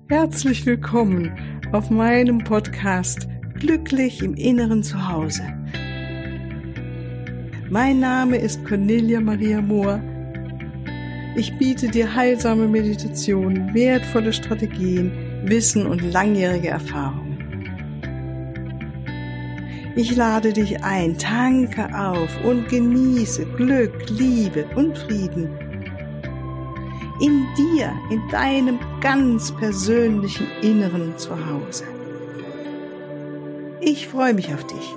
Herzlich willkommen auf meinem Podcast Glücklich im Inneren Zuhause. Mein Name ist Cornelia Maria Mohr. Ich biete dir heilsame Meditationen, wertvolle Strategien, Wissen und langjährige Erfahrungen. Ich lade dich ein, tanke auf und genieße Glück, Liebe und Frieden. In dir, in deinem ganz persönlichen Inneren Zuhause. Ich freue mich auf dich.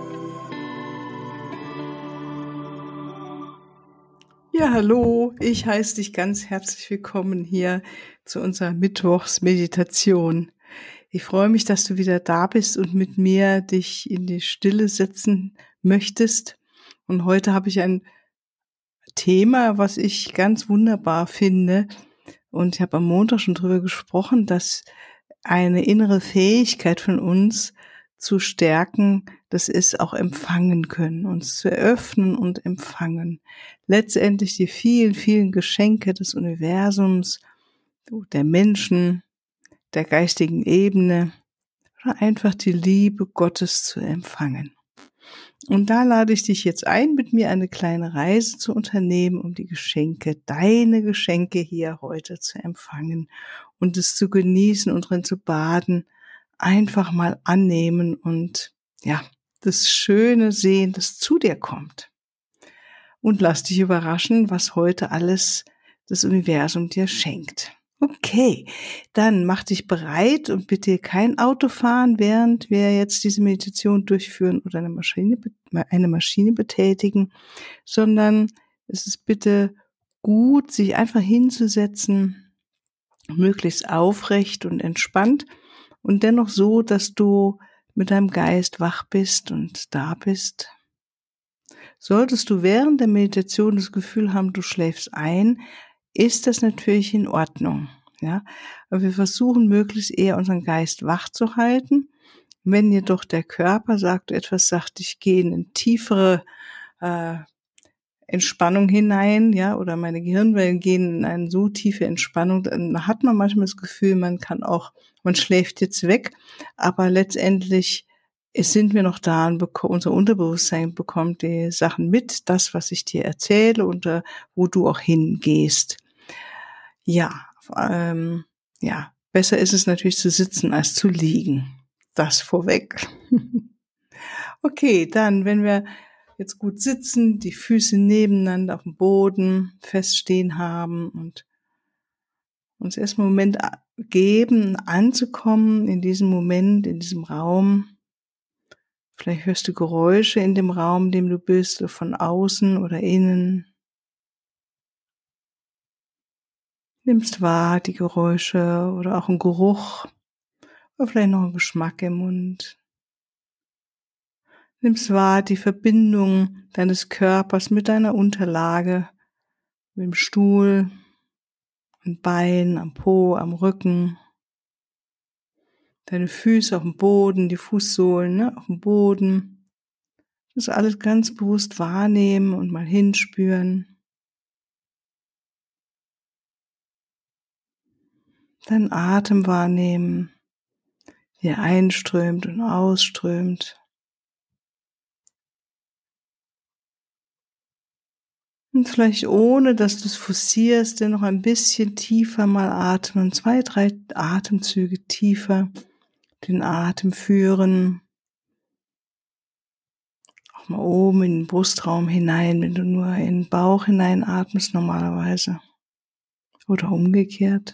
Ja, hallo, ich heiße dich ganz herzlich willkommen hier zu unserer Mittwochsmeditation. Ich freue mich, dass du wieder da bist und mit mir dich in die Stille setzen möchtest. Und heute habe ich ein Thema, was ich ganz wunderbar finde. Und ich habe am Montag schon drüber gesprochen, dass eine innere Fähigkeit von uns zu stärken, das ist auch empfangen können, uns zu eröffnen und empfangen. Letztendlich die vielen, vielen Geschenke des Universums, der Menschen, der geistigen Ebene oder einfach die Liebe Gottes zu empfangen. Und da lade ich dich jetzt ein, mit mir eine kleine Reise zu unternehmen, um die Geschenke, deine Geschenke hier heute zu empfangen und es zu genießen und drin zu baden, einfach mal annehmen und ja, das Schöne sehen, das zu dir kommt. Und lass dich überraschen, was heute alles das Universum dir schenkt. Okay, dann mach dich bereit und bitte kein Auto fahren, während wir jetzt diese Meditation durchführen oder eine Maschine betätigen, sondern es ist bitte gut, sich einfach hinzusetzen, möglichst aufrecht und entspannt und dennoch so, dass du mit deinem Geist wach bist und da bist. Solltest du während der Meditation das Gefühl haben, du schläfst ein, ist das natürlich in Ordnung, ja. Aber wir versuchen möglichst eher unseren Geist wach zu halten. Wenn jedoch der Körper etwas sagt, ich gehe in eine tiefere Entspannung hinein, ja, oder meine Gehirnwellen gehen in eine so tiefe Entspannung, dann hat man manchmal das Gefühl, man schläft jetzt weg, aber letztendlich sind wir noch da und unser Unterbewusstsein bekommt die Sachen mit, das, was ich dir erzähle und wo du auch hingehst. Ja, besser ist es natürlich zu sitzen als zu liegen. Das vorweg. Okay, dann, wenn wir jetzt gut sitzen, die Füße nebeneinander auf dem Boden feststehen haben und uns erstmal einen Moment geben, anzukommen in diesem Moment, in diesem Raum. Vielleicht hörst du Geräusche in dem Raum, in dem du bist, von außen oder innen. Nimmst wahr die Geräusche oder auch einen Geruch oder vielleicht noch einen Geschmack im Mund. Nimmst wahr die Verbindung deines Körpers mit deiner Unterlage, mit dem Stuhl, am Bein, am Po, am Rücken. Deine Füße auf dem Boden, die Fußsohlen auf dem Boden. Das alles ganz bewusst wahrnehmen und mal hinspüren. Deinen Atem wahrnehmen, wie er einströmt und ausströmt. Und vielleicht ohne, dass du es forcierst, noch ein bisschen tiefer mal atmen, 2, 3 Atemzüge tiefer den Atem führen. Auch mal oben in den Brustraum hinein, wenn du nur in den Bauch hinein atmest normalerweise. Oder umgekehrt.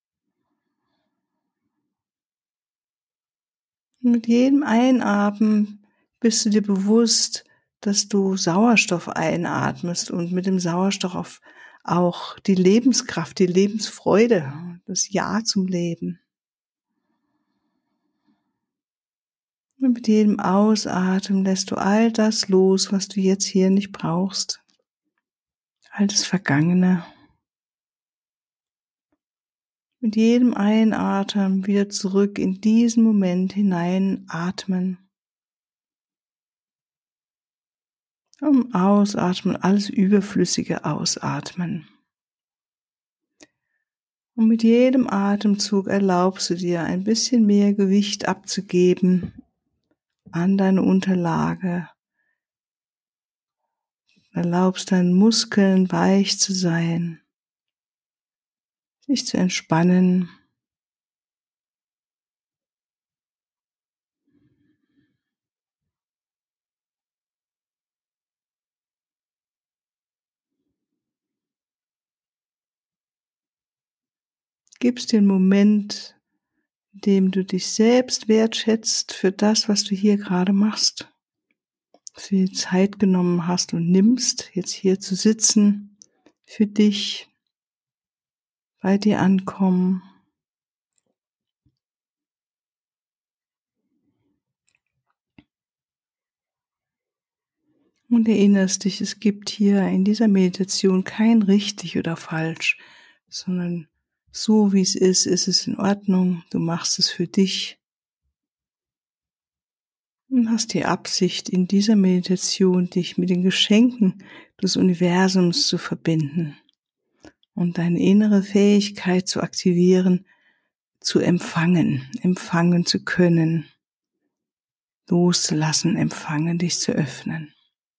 Und mit jedem Einatmen bist du dir bewusst, dass du Sauerstoff einatmest und mit dem Sauerstoff auch die Lebenskraft, die Lebensfreude, das Ja zum Leben. Und mit jedem Ausatmen lässt du all das los, was du jetzt hier nicht brauchst. All das Vergangene. Mit jedem Einatmen wieder zurück in diesen Moment hineinatmen. Ausatmen, alles Überflüssige ausatmen. Und mit jedem Atemzug erlaubst du dir ein bisschen mehr Gewicht abzugeben an deine Unterlage. Erlaubst deinen Muskeln weich zu sein, sich zu entspannen. Gibst dir einen Moment, in dem du dich selbst wertschätzt für das, was du hier gerade machst. Dass du dir Zeit genommen hast und nimmst, jetzt hier zu sitzen, für dich, bei dir ankommen. Und erinnerst dich, es gibt hier in dieser Meditation kein richtig oder falsch, sondern so wie es ist es in Ordnung. Du machst es für dich und hast die Absicht, in dieser Meditation dich mit den Geschenken des Universums zu verbinden und deine innere Fähigkeit zu aktivieren, zu empfangen zu können, loszulassen, empfangen, dich zu öffnen.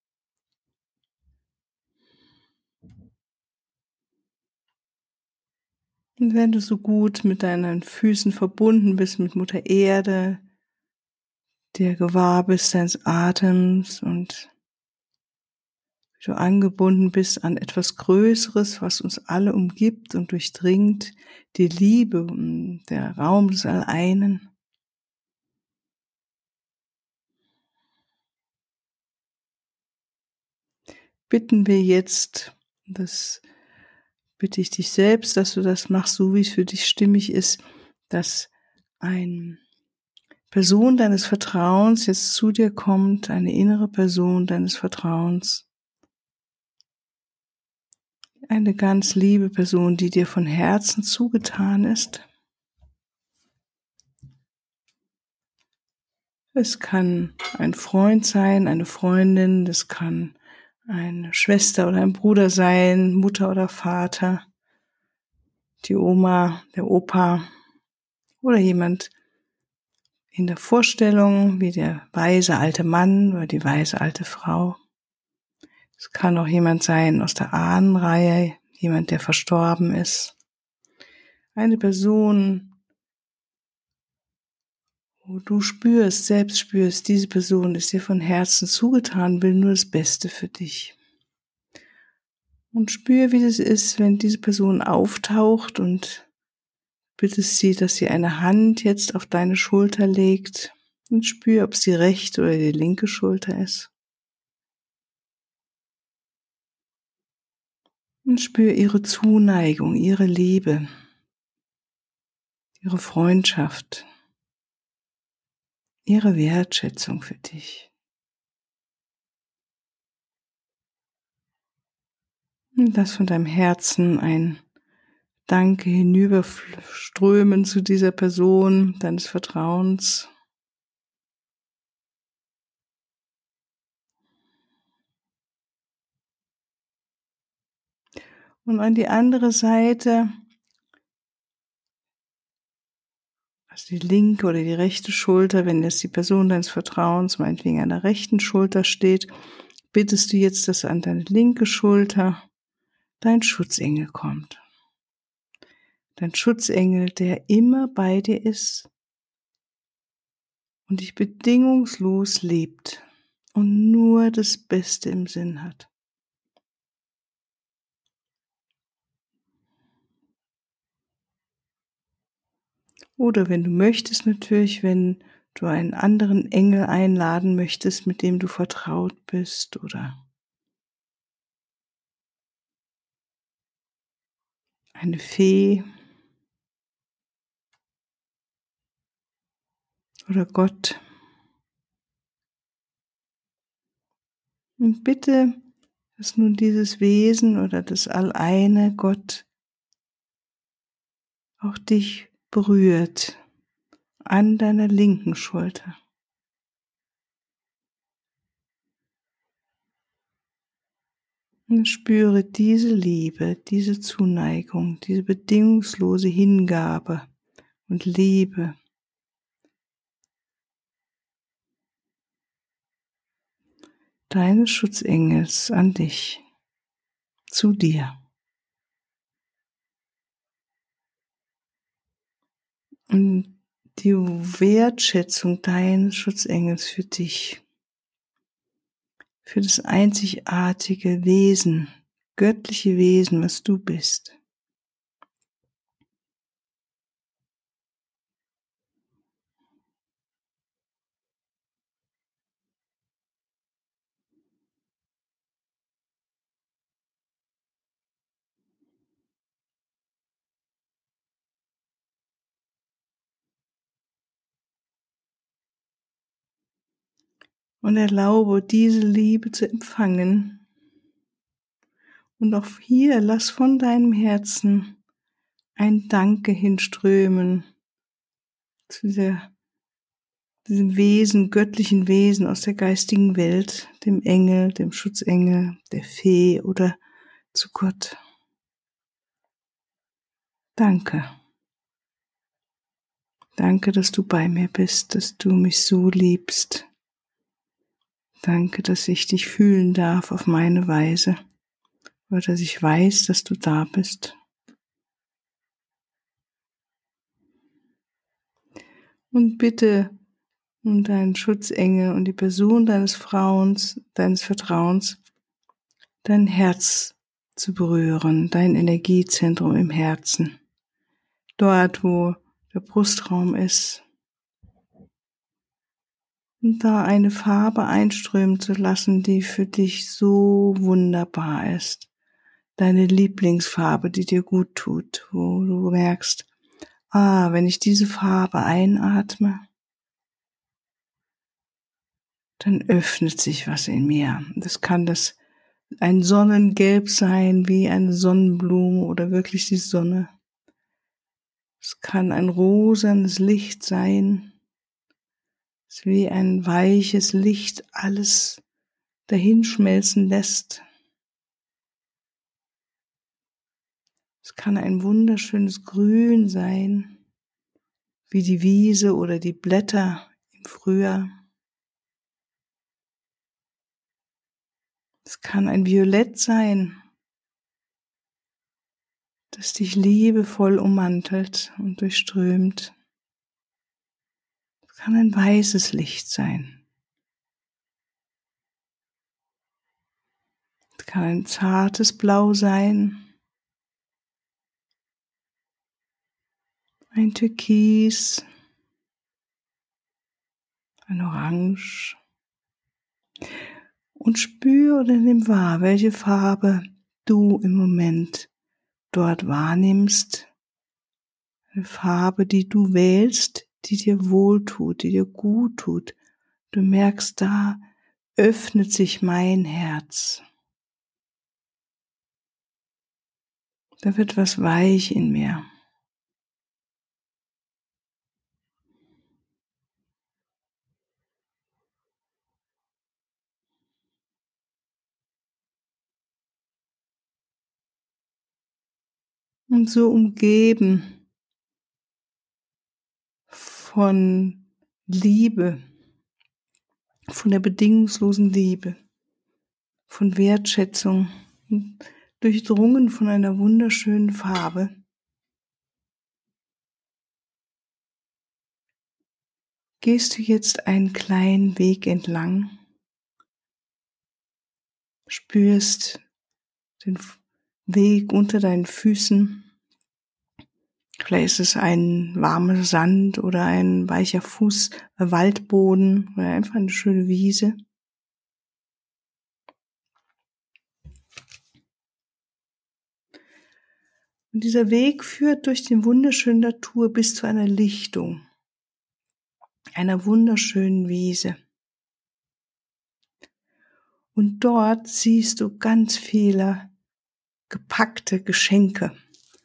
Und wenn du so gut mit deinen Füßen verbunden bist, mit Mutter Erde, dir gewahr bist deines Atems und wie du angebunden bist an etwas Größeres, was uns alle umgibt und durchdringt, die Liebe, der Raum des Alleinen. Bitten wir jetzt, das bitte ich dich selbst, dass du das machst, so wie es für dich stimmig ist, dass eine Person deines Vertrauens jetzt zu dir kommt, eine innere Person deines Vertrauens, eine ganz liebe Person, die dir von Herzen zugetan ist. Es kann ein Freund sein, eine Freundin, es kann eine Schwester oder ein Bruder sein, Mutter oder Vater, die Oma, der Opa oder jemand in der Vorstellung wie der weise alte Mann oder die weise alte Frau. Es kann auch jemand sein aus der Ahnenreihe, jemand, der verstorben ist. Eine Person, wo du selbst spürst, diese Person ist dir von Herzen zugetan, will nur das Beste für dich. Und spür, wie das ist, wenn diese Person auftaucht und bittest sie, dass sie eine Hand jetzt auf deine Schulter legt und spür, ob es die rechte oder die linke Schulter ist. Und spür ihre Zuneigung, ihre Liebe, ihre Freundschaft, ihre Wertschätzung für dich. Und lass von deinem Herzen ein Danke hinüberströmen zu dieser Person deines Vertrauens. Und an die andere Seite, also die linke oder die rechte Schulter, wenn jetzt die Person deines Vertrauens meinetwegen an der rechten Schulter steht, bittest du jetzt, dass an deine linke Schulter dein Schutzengel kommt. Dein Schutzengel, der immer bei dir ist und dich bedingungslos liebt und nur das Beste im Sinn hat. Oder wenn du möchtest natürlich, wenn du einen anderen Engel einladen möchtest, mit dem du vertraut bist oder eine Fee oder Gott. Und bitte, dass nun dieses Wesen oder das Alleine Gott auch dich berührt an deiner linken Schulter. Und spüre diese Liebe, diese Zuneigung, diese bedingungslose Hingabe und Liebe deines Schutzengels an dich, zu dir. Und die Wertschätzung deines Schutzengels für dich, für das einzigartige Wesen, göttliche Wesen, was du bist. Und erlaube diese Liebe zu empfangen. Und auch hier lass von deinem Herzen ein Danke hinströmen zu diesem Wesen, göttlichen Wesen aus der geistigen Welt, dem Engel, dem Schutzengel, der Fee oder zu Gott. Danke. Danke, dass du bei mir bist, dass du mich so liebst. Danke, dass ich dich fühlen darf auf meine Weise, oder dass ich weiß, dass du da bist. Und bitte um deinen Schutzengel und die Person deines Vertrauens, dein Herz zu berühren, dein Energiezentrum im Herzen. Dort, wo der Brustraum ist. Und da eine Farbe einströmen zu lassen, die für dich so wunderbar ist. Deine Lieblingsfarbe, die dir gut tut, wo du merkst, wenn ich diese Farbe einatme, dann öffnet sich was in mir. Das kann ein Sonnengelb sein, wie eine Sonnenblume oder wirklich die Sonne. Es kann ein rosanes Licht sein, es wie ein weiches Licht alles dahinschmelzen lässt. Es kann ein wunderschönes Grün sein, wie die Wiese oder die Blätter im Frühjahr. Es kann ein Violett sein, das dich liebevoll ummantelt und durchströmt. Es kann ein weißes Licht sein. Es kann ein zartes Blau sein, ein Türkis, ein Orange. Und spür oder nimm wahr, welche Farbe du im Moment dort wahrnimmst. Eine Farbe, die du wählst, die dir wohltut, die dir gut tut. Du merkst, da öffnet sich mein Herz. Da wird was weich in mir. Und so umgeben von Liebe, von der bedingungslosen Liebe, von Wertschätzung, durchdrungen von einer wunderschönen Farbe, gehst du jetzt einen kleinen Weg entlang, spürst den Weg unter deinen Füßen. Vielleicht ist es ein warmer Sand oder ein weicher Waldboden oder einfach eine schöne Wiese. Und dieser Weg führt durch die wunderschöne Natur bis zu einer Lichtung, einer wunderschönen Wiese. Und dort siehst du ganz viele gepackte Geschenke.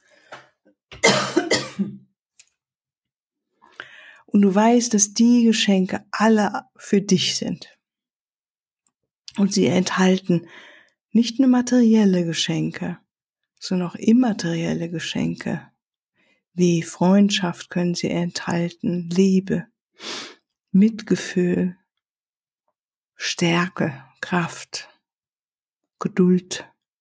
Und du weißt, dass die Geschenke alle für dich sind. Und sie enthalten Nicht nur materielle Geschenke, sondern auch immaterielle Geschenke. Wie Freundschaft können sie enthalten, Liebe, Mitgefühl, Stärke, Kraft, Geduld,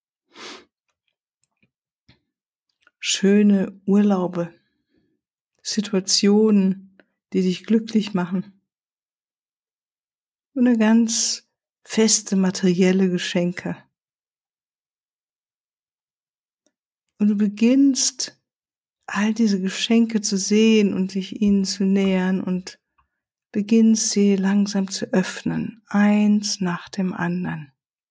schöne Urlaube, Situationen, die dich glücklich machen und eine ganz feste materielle Geschenke. Und du beginnst all diese Geschenke zu sehen und dich ihnen zu nähern und beginnst sie langsam zu öffnen, eins nach dem anderen.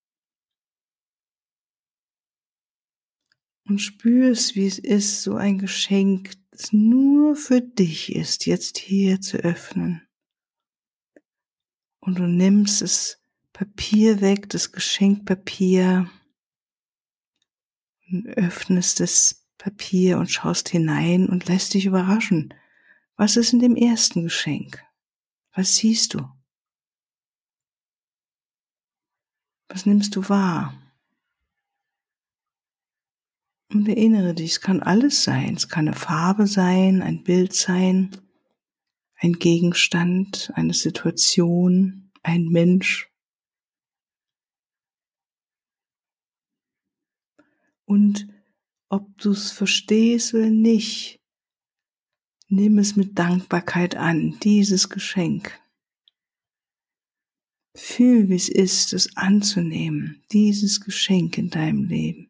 Und spürst, wie es ist, so ein Geschenk, das nur für dich ist, jetzt hier zu öffnen. Und du nimmst das Papier weg, das Geschenkpapier, und öffnest das Papier und schaust hinein und lässt dich überraschen. Was ist in dem ersten Geschenk? Was siehst du? Was nimmst du wahr? Und erinnere dich, es kann alles sein. Es kann eine Farbe sein, ein Bild sein, ein Gegenstand, eine Situation, ein Mensch. Und ob du es verstehst oder nicht, nimm es mit Dankbarkeit an, dieses Geschenk. Fühl, wie es ist, es anzunehmen, dieses Geschenk in deinem Leben.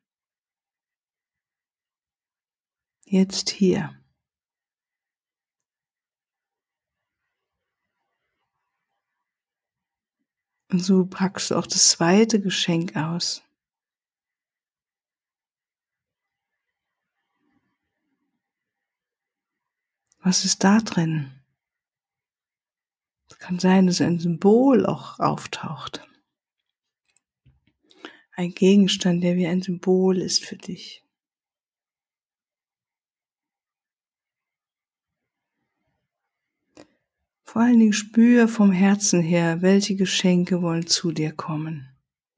Jetzt hier. Und so packst du auch das zweite Geschenk aus. Was ist da drin? Es kann sein, dass ein Symbol auch auftaucht. Ein Gegenstand, der wie ein Symbol ist für dich. Vor allen Dingen spür vom Herzen her, welche Geschenke wollen zu dir kommen.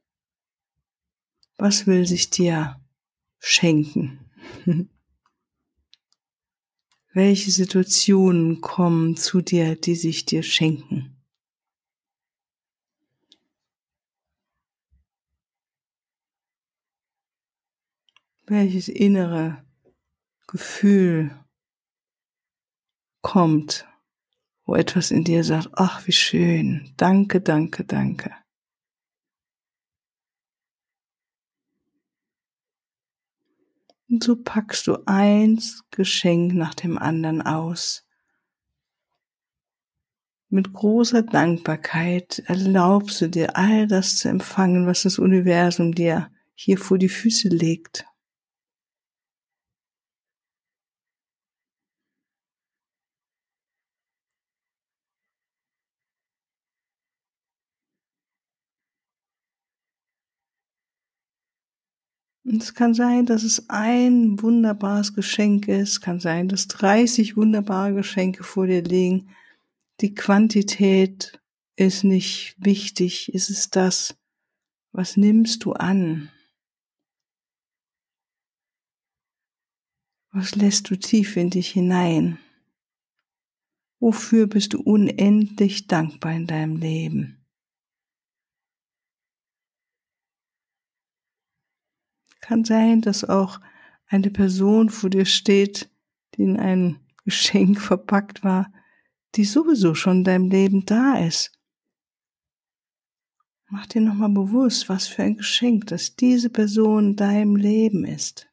Was will sich dir schenken? Welche Situationen kommen zu dir, die sich dir schenken? Welches innere Gefühl kommt, wo etwas in dir sagt, ach, wie schön, danke, danke, danke. Und so packst du eins Geschenk nach dem anderen aus. Mit großer Dankbarkeit erlaubst du dir, all das zu empfangen, was das Universum dir hier vor die Füße legt. Und es kann sein, dass es ein wunderbares Geschenk ist, kann sein, dass 30 wunderbare Geschenke vor dir liegen. Die Quantität ist nicht wichtig, es ist das, was nimmst du an? Was lässt du tief in dich hinein? Wofür bist du unendlich dankbar in deinem Leben? Kann sein, dass auch eine Person vor dir steht, die in ein Geschenk verpackt war, die sowieso schon in deinem Leben da ist. Mach dir nochmal bewusst, was für ein Geschenk, dass diese Person in deinem Leben ist.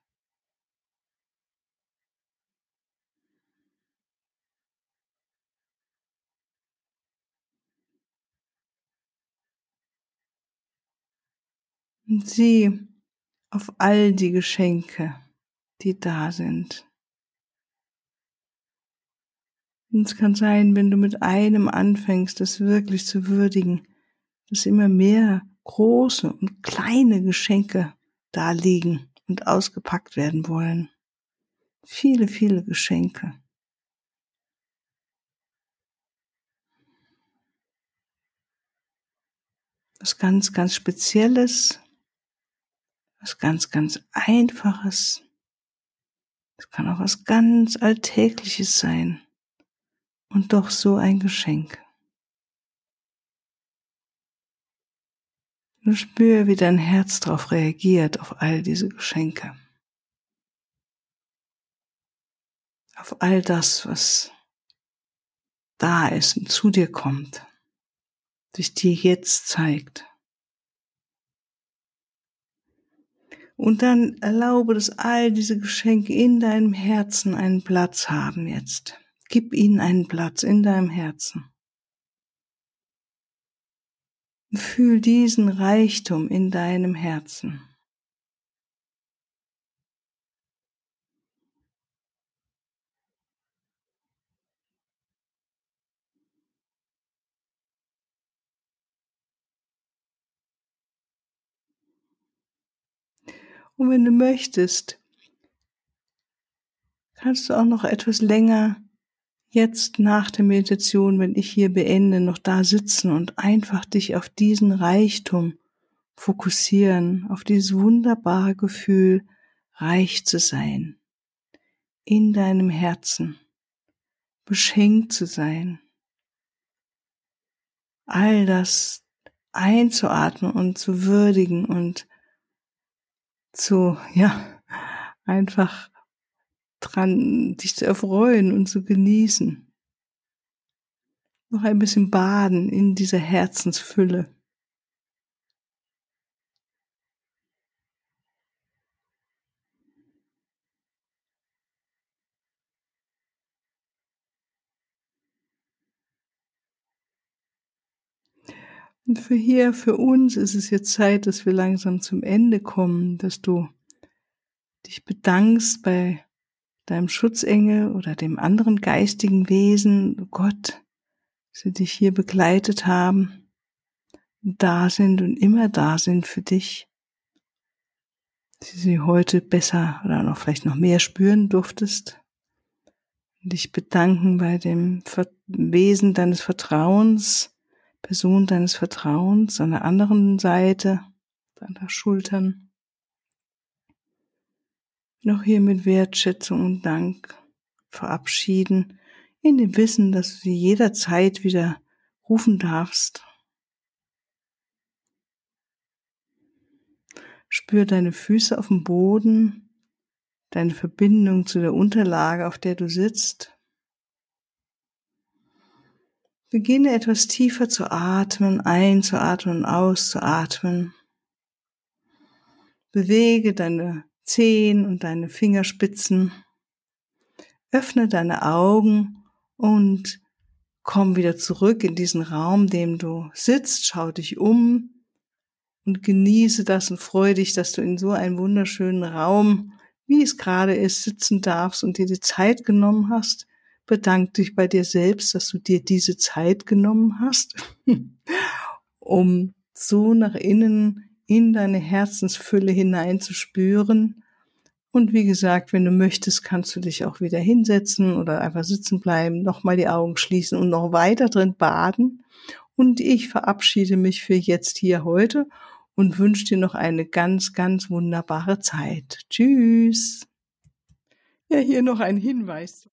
Und sieh auf all die Geschenke, die da sind. Und es kann sein, wenn du mit einem anfängst, das wirklich zu würdigen, dass immer mehr große und kleine Geschenke da liegen und ausgepackt werden wollen. Viele, viele Geschenke. Was ganz, ganz Spezielles, was ganz, ganz Einfaches. Es kann auch was ganz Alltägliches sein und doch so ein Geschenk. Nur spür, wie dein Herz darauf reagiert, auf all diese Geschenke. Auf all das, was da ist und zu dir kommt, sich dir jetzt zeigt. Und dann erlaube, dass all diese Geschenke in deinem Herzen einen Platz haben jetzt. Gib ihnen einen Platz in deinem Herzen. Fühl diesen Reichtum in deinem Herzen. Und wenn du möchtest, kannst du auch noch etwas länger jetzt nach der Meditation, wenn ich hier beende, noch da sitzen und einfach dich auf diesen Reichtum fokussieren, auf dieses wunderbare Gefühl, reich zu sein, in deinem Herzen, beschenkt zu sein, all das einzuatmen und zu würdigen und einfach dran, dich zu erfreuen und zu genießen. Noch ein bisschen baden in dieser Herzensfülle. Und für uns ist es jetzt Zeit, dass wir langsam zum Ende kommen, dass du dich bedankst bei deinem Schutzengel oder dem anderen geistigen Wesen, Gott, dass sie dich hier begleitet haben, da sind und immer da sind für dich, dass du sie heute besser oder noch vielleicht noch mehr spüren durftest, und dich bedanken bei dem Wesen deines Vertrauens, Person deines Vertrauens an der anderen Seite, deiner Schultern. Noch hier mit Wertschätzung und Dank verabschieden, in dem Wissen, dass du sie jederzeit wieder rufen darfst. Spür deine Füße auf dem Boden, deine Verbindung zu der Unterlage, auf der du sitzt. Beginne etwas tiefer zu atmen, einzuatmen und auszuatmen. Bewege deine Zehen und deine Fingerspitzen. Öffne deine Augen und komm wieder zurück in diesen Raum, in dem du sitzt. Schau dich um und genieße das und freue dich, dass du in so einem wunderschönen Raum, wie es gerade ist, sitzen darfst und dir die Zeit genommen hast. Bedank dich bei dir selbst, dass du dir diese Zeit genommen hast, um so nach innen in deine Herzensfülle hineinzuspüren. Und wie gesagt, wenn du möchtest, kannst du dich auch wieder hinsetzen oder einfach sitzen bleiben, nochmal die Augen schließen und noch weiter drin baden. Und ich verabschiede mich für jetzt hier heute und wünsche dir noch eine ganz, ganz wunderbare Zeit. Tschüss. Ja, hier noch ein Hinweis.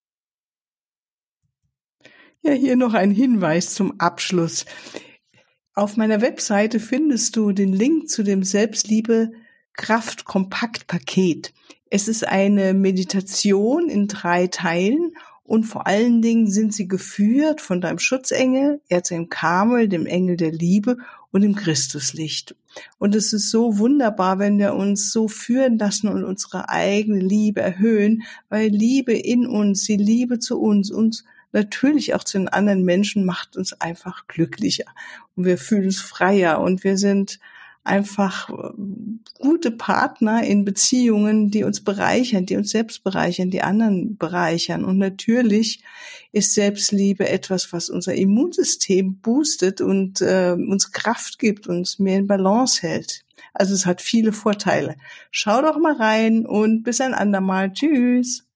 Zum Abschluss. Auf meiner Webseite findest du den Link zu dem Selbstliebe-Kraft-Kompakt-Paket. Es ist eine Meditation in 3 Teilen und vor allen Dingen sind sie geführt von deinem Schutzengel, Erzengel Michael, dem Engel der Liebe und dem Christuslicht. Und es ist so wunderbar, wenn wir uns so führen lassen und unsere eigene Liebe erhöhen, weil Liebe in uns, die Liebe zu uns natürlich auch zu den anderen Menschen macht uns einfach glücklicher und wir fühlen uns freier und wir sind einfach gute Partner in Beziehungen, die uns bereichern, die uns selbst bereichern, die anderen bereichern. Und natürlich ist Selbstliebe etwas, was unser Immunsystem boostet und uns Kraft gibt, uns mehr in Balance hält. Also es hat viele Vorteile. Schau doch mal rein und bis ein andermal. Tschüss.